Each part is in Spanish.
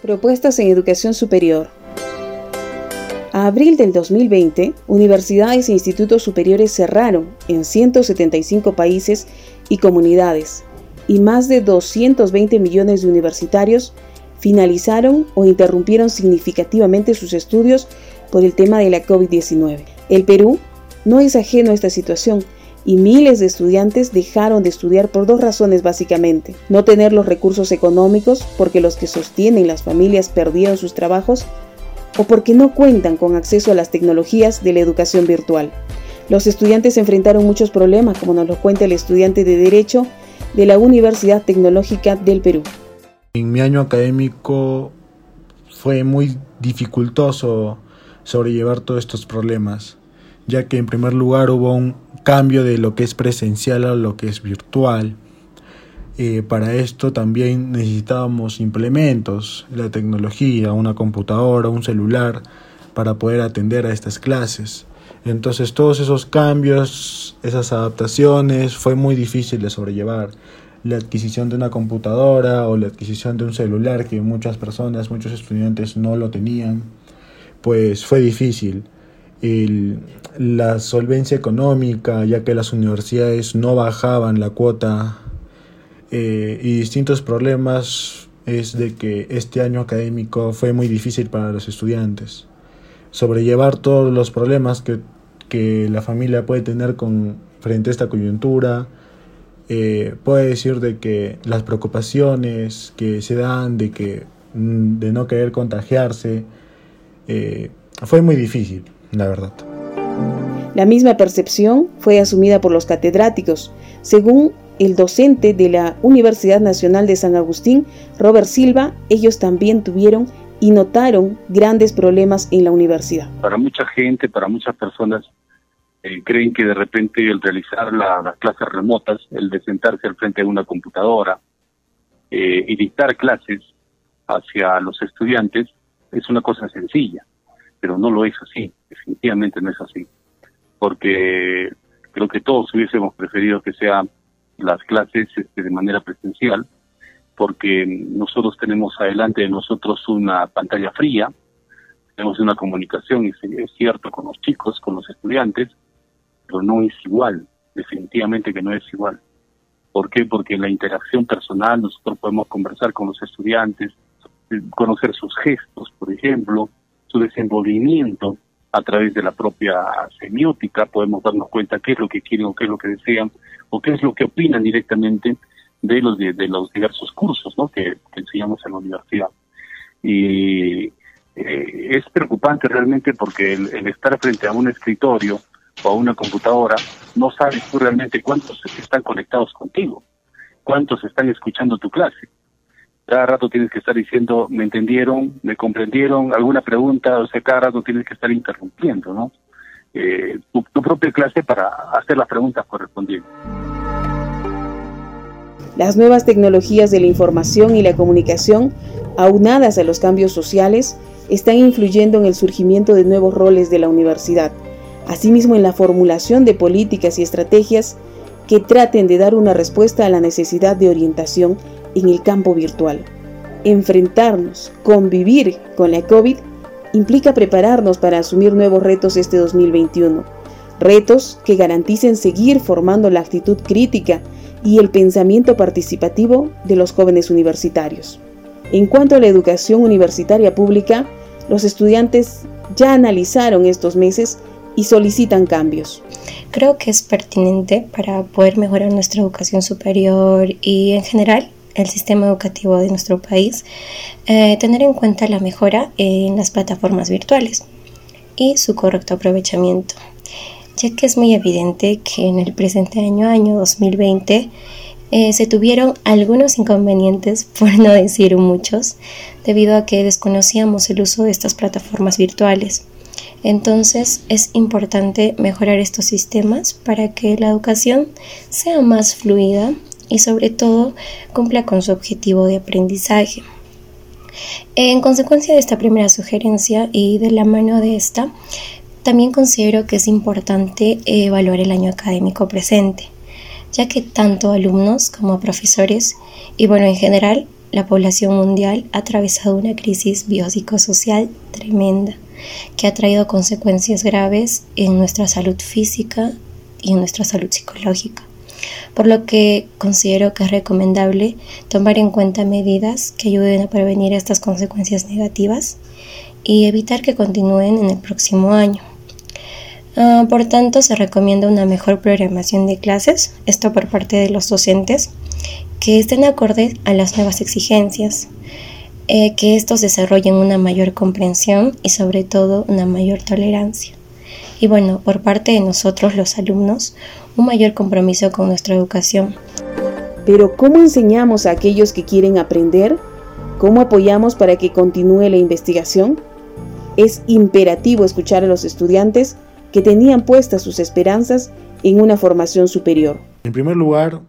Propuestas en educación superior. A abril del 2020, universidades e institutos superiores cerraron en 175 países y comunidades, y más de 220 millones de universitarios finalizaron o interrumpieron significativamente sus estudios por el tema de la COVID-19. El Perú no es ajeno a esta situación y miles de estudiantes dejaron de estudiar por dos razones básicamente: no tener los recursos económicos porque los que sostienen las familias perdieron sus trabajos, o porque no cuentan con acceso a las tecnologías de la educación virtual. Los estudiantes enfrentaron muchos problemas, como nos lo cuenta el estudiante de Derecho de la Universidad Tecnológica del Perú. En mi año académico fue muy dificultoso sobrellevar todos estos problemas, ya que en primer lugar hubo un cambio de lo que es presencial a lo que es virtual. Para esto también necesitábamos implementos, la tecnología, una computadora, un celular, para poder atender a estas clases. Entonces todos esos cambios, esas adaptaciones, fue muy difícil de sobrellevar. La adquisición de una computadora o la adquisición de un celular, que muchos estudiantes no lo tenían, pues fue difícil. La solvencia económica, ya que las universidades no bajaban la cuota, y distintos problemas, es de que este año académico fue muy difícil para los estudiantes. Sobrellevar todos los problemas que la familia puede tener frente a esta coyuntura, puede decir de que las preocupaciones que se dan de no querer contagiarse, fue muy difícil, la verdad. La misma percepción fue asumida por los catedráticos. Según el docente de la Universidad Nacional de San Agustín, Robert Silva, ellos también tuvieron y notaron grandes problemas en la universidad. Para mucha gente, para muchas personas, creen que de repente el realizar las clases remotas, el de sentarse al frente de una computadora y dictar clases hacia los estudiantes es una cosa sencilla, pero no lo es así, definitivamente no es así, porque creo que todos hubiésemos preferido que sean las clases de manera presencial, porque nosotros tenemos adelante de nosotros una pantalla fría, tenemos una comunicación, es cierto, con los chicos, con los estudiantes, pero no es igual, definitivamente que no es igual. ¿Por qué? Porque en la interacción personal nosotros podemos conversar con los estudiantes, conocer sus gestos, por ejemplo, su desenvolvimiento a través de la propia semiótica, podemos darnos cuenta qué es lo que quieren o qué es lo que desean o qué es lo que opinan directamente de los diversos cursos, ¿no?, que enseñamos en la universidad. Y es preocupante realmente porque el estar frente a un escritorio o a una computadora, no sabes tú realmente cuántos están conectados contigo, cuántos están escuchando tu clase. Cada rato tienes que estar diciendo, ¿me entendieron? ¿Me comprendieron? ¿Alguna pregunta? O sea, cada rato tienes que estar interrumpiendo, ¿no?, tu propia clase para hacer las preguntas correspondientes. Las nuevas tecnologías de la información y la comunicación, aunadas a los cambios sociales, están influyendo en el surgimiento de nuevos roles de la universidad, asimismo en la formulación de políticas y estrategias que traten de dar una respuesta a la necesidad de orientación en el campo virtual. Enfrentarnos, convivir con la COVID implica prepararnos para asumir nuevos retos este 2021, retos que garanticen seguir formando la actitud crítica y el pensamiento participativo de los jóvenes universitarios. En cuanto a la educación universitaria pública, los estudiantes ya analizaron estos meses y solicitan cambios. Creo que es pertinente para poder mejorar nuestra educación superior y en general el sistema educativo de nuestro país, tener en cuenta la mejora en las plataformas virtuales y su correcto aprovechamiento, ya que es muy evidente que en el presente año 2020, se tuvieron algunos inconvenientes, por no decir muchos, debido a que desconocíamos el uso de estas plataformas virtuales. Entonces es importante mejorar estos sistemas para que la educación sea más fluida y sobre todo cumpla con su objetivo de aprendizaje. En consecuencia de esta primera sugerencia y de la mano de esta, también considero que es importante evaluar el año académico presente, ya que tanto alumnos como profesores y en general la población mundial ha atravesado una crisis biopsicosocial tremenda que ha traído consecuencias graves en nuestra salud física y en nuestra salud psicológica, por lo que considero que es recomendable tomar en cuenta medidas que ayuden a prevenir estas consecuencias negativas y evitar que continúen en el próximo año. Por tanto, se recomienda una mejor programación de clases, esto por parte de los docentes, que estén acordes a las nuevas exigencias, que estos desarrollen una mayor comprensión y sobre todo una mayor tolerancia. Y bueno, por parte de nosotros los alumnos, un mayor compromiso con nuestra educación. Pero ¿cómo enseñamos a aquellos que quieren aprender? ¿Cómo apoyamos para que continúe la investigación? Es imperativo escuchar a los estudiantes que tenían puestas sus esperanzas en una formación superior. En primer lugar,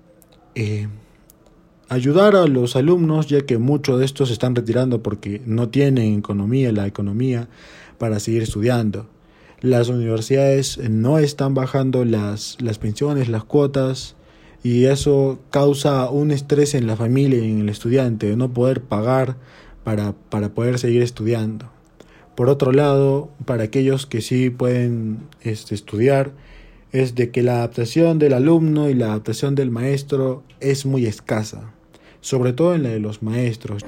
ayudar a los alumnos, ya que muchos de estos se están retirando porque no tienen la economía para seguir estudiando. Las universidades no están bajando las pensiones, las cuotas, y eso causa un estrés en la familia y en el estudiante de no poder pagar para poder seguir estudiando. Por otro lado, para aquellos que sí pueden estudiar, es de que la adaptación del alumno y la adaptación del maestro es muy escasa, sobre todo en la de los maestros.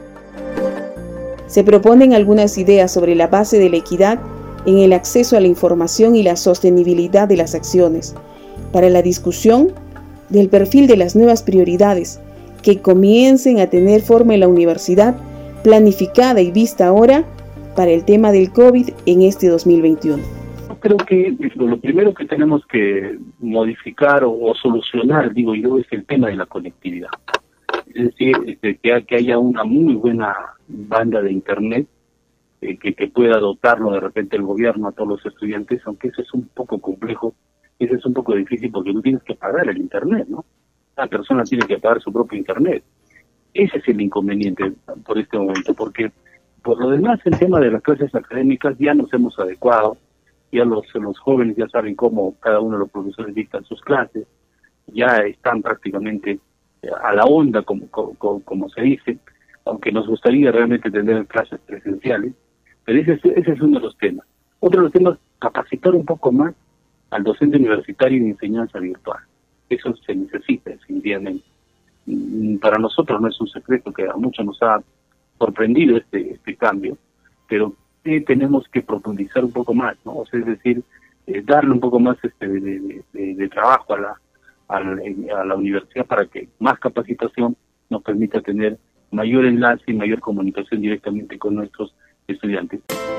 Se proponen algunas ideas sobre la base de la equidad en el acceso a la información y la sostenibilidad de las acciones, para la discusión del perfil de las nuevas prioridades que comiencen a tener forma en la universidad, planificada y vista ahora para el tema del COVID en este 2021. Creo que lo primero que tenemos que modificar o solucionar, digo yo, es el tema de la conectividad. Es decir, que haya una muy buena banda de internet que pueda dotarlo de repente el gobierno a todos los estudiantes, aunque eso es un poco complejo, eso es un poco difícil porque tú tienes que pagar el internet, ¿no? La persona tiene que pagar su propio internet. Ese es el inconveniente por este momento, porque por lo demás el tema de las clases académicas ya nos hemos adecuado, ya los jóvenes ya saben cómo cada uno de los profesores dictan sus clases, ya están prácticamente a la onda, como se dice, aunque nos gustaría realmente tener clases presenciales, pero ese es uno de los temas. Otro de los temas, capacitar un poco más al docente universitario en enseñanza virtual. Eso se necesita, definitivamente. Para nosotros no es un secreto que a muchos nos ha sorprendido este cambio, pero tenemos que profundizar un poco más, ¿no? O sea, es decir, darle un poco más de trabajo a la universidad para que más capacitación nos permita tener mayor enlace y mayor comunicación directamente con nuestros estudiantes.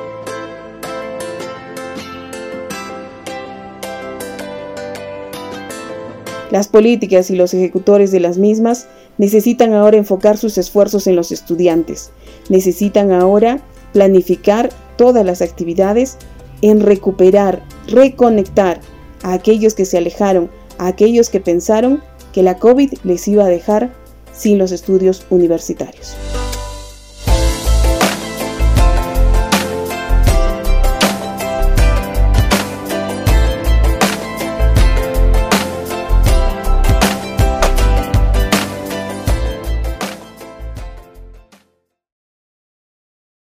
Las políticas y los ejecutores de las mismas necesitan ahora enfocar sus esfuerzos en los estudiantes. Necesitan ahora planificar todas las actividades en recuperar, reconectar a aquellos que se alejaron, a aquellos que pensaron que la COVID les iba a dejar sin los estudios universitarios.